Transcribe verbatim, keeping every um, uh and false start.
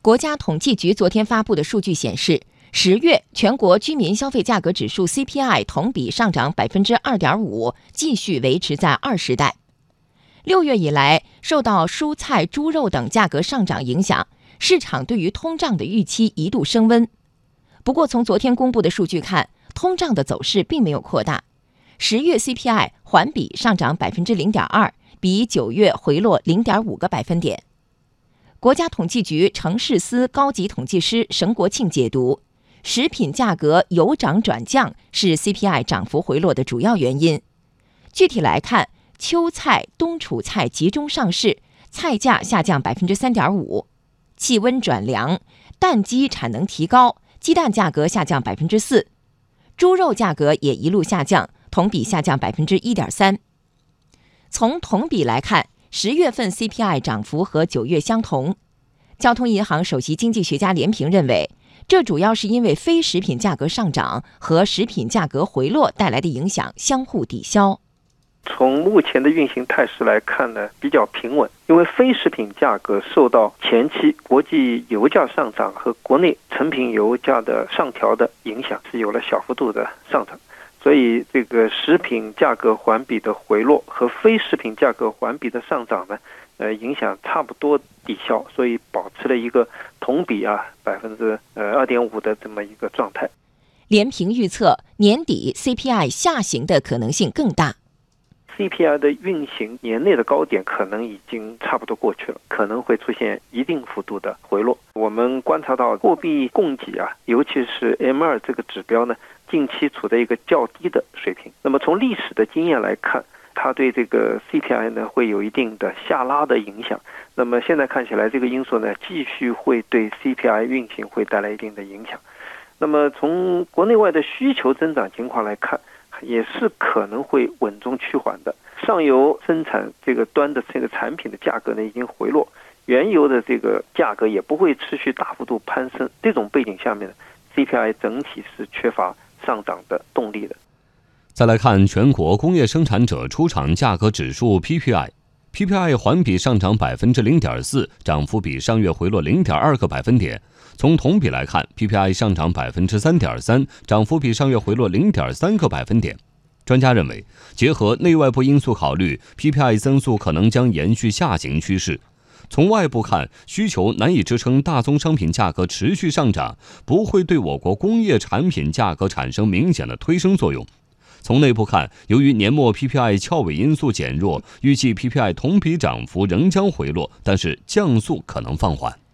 国家统计局昨天发布的数据显示，十月全国居民消费价格指数 C P I 同比上涨 百分之二点五， 继续维持在二十带。六月以来，受到蔬菜、猪肉等价格上涨影响，市场对于通胀的预期一度升温。不过，从昨天公布的数据看，通胀的走势并没有扩大。十月 C P I 环比上涨 百分之零点二， 比九月回落 零点五个百分点。国家统计局城市司高级统计师沈国庆解读，食品价格由涨转降是 C P I 涨幅回落的主要原因。具体来看，秋菜、冬储菜集中上市，菜价下降 百分之三点五， 气温转凉，蛋鸡产能提高，鸡蛋价格下降 百分之四， 猪肉价格也一路下降，同比下降 百分之一点三。 从同比来看，十月份 C P I 涨幅和九月相同。交通银行首席经济学家连平认为，这主要是因为非食品价格上涨和食品价格回落带来的影响相互抵消。 从目前的运行态势来看呢，比较平稳，因为非食品价格受到前期国际油价上涨和国内成品油价的上调的影响，是有了小幅度的上涨。所以这个食品价格环比的回落和非食品价格环比的上涨呢，呃，影响差不多抵消，所以保持了一个同比啊百分之呃二点五的这么一个状态。 连平预测年底 C P I 下行的可能性更大。 C P I 的运行年内的高点可能已经差不多过去了，可能会出现一定幅度的回落。我们观察到货币供给啊，尤其是 M 二 这个指标呢，近期处在一个较低的水平。那么从历史的经验来看，它对这个 C P I 呢会有一定的下拉的影响。那么现在看起来，这个因素呢继续会对 C P I 运行会带来一定的影响。那么从国内外的需求增长情况来看，也是可能会稳中趋缓的。上游生产这个端的这个产品的价格呢已经回落，原油的这个价格也不会持续大幅度攀升。这种背景下面呢 ，C P I 整体是缺乏上涨的动力的。 再来看全国工业生产者出厂价格指数 P P I。P P I 环比上涨 百分之零点四， 涨幅比上月回落 零点二个百分点。从同比来看 ，P P I 上涨 百分之三点三， 涨幅比上月回落 零点三个百分点。专家认为，结合内外部因素考虑 ，P P I 增速可能将延续下行趋势。从外部看，需求难以支撑大宗商品价格持续上涨，不会对我国工业产品价格产生明显的推升作用。从内部看，由于年末 P P I 翘尾因素减弱，预计 P P I 同比涨幅仍将回落，但是降速可能放缓。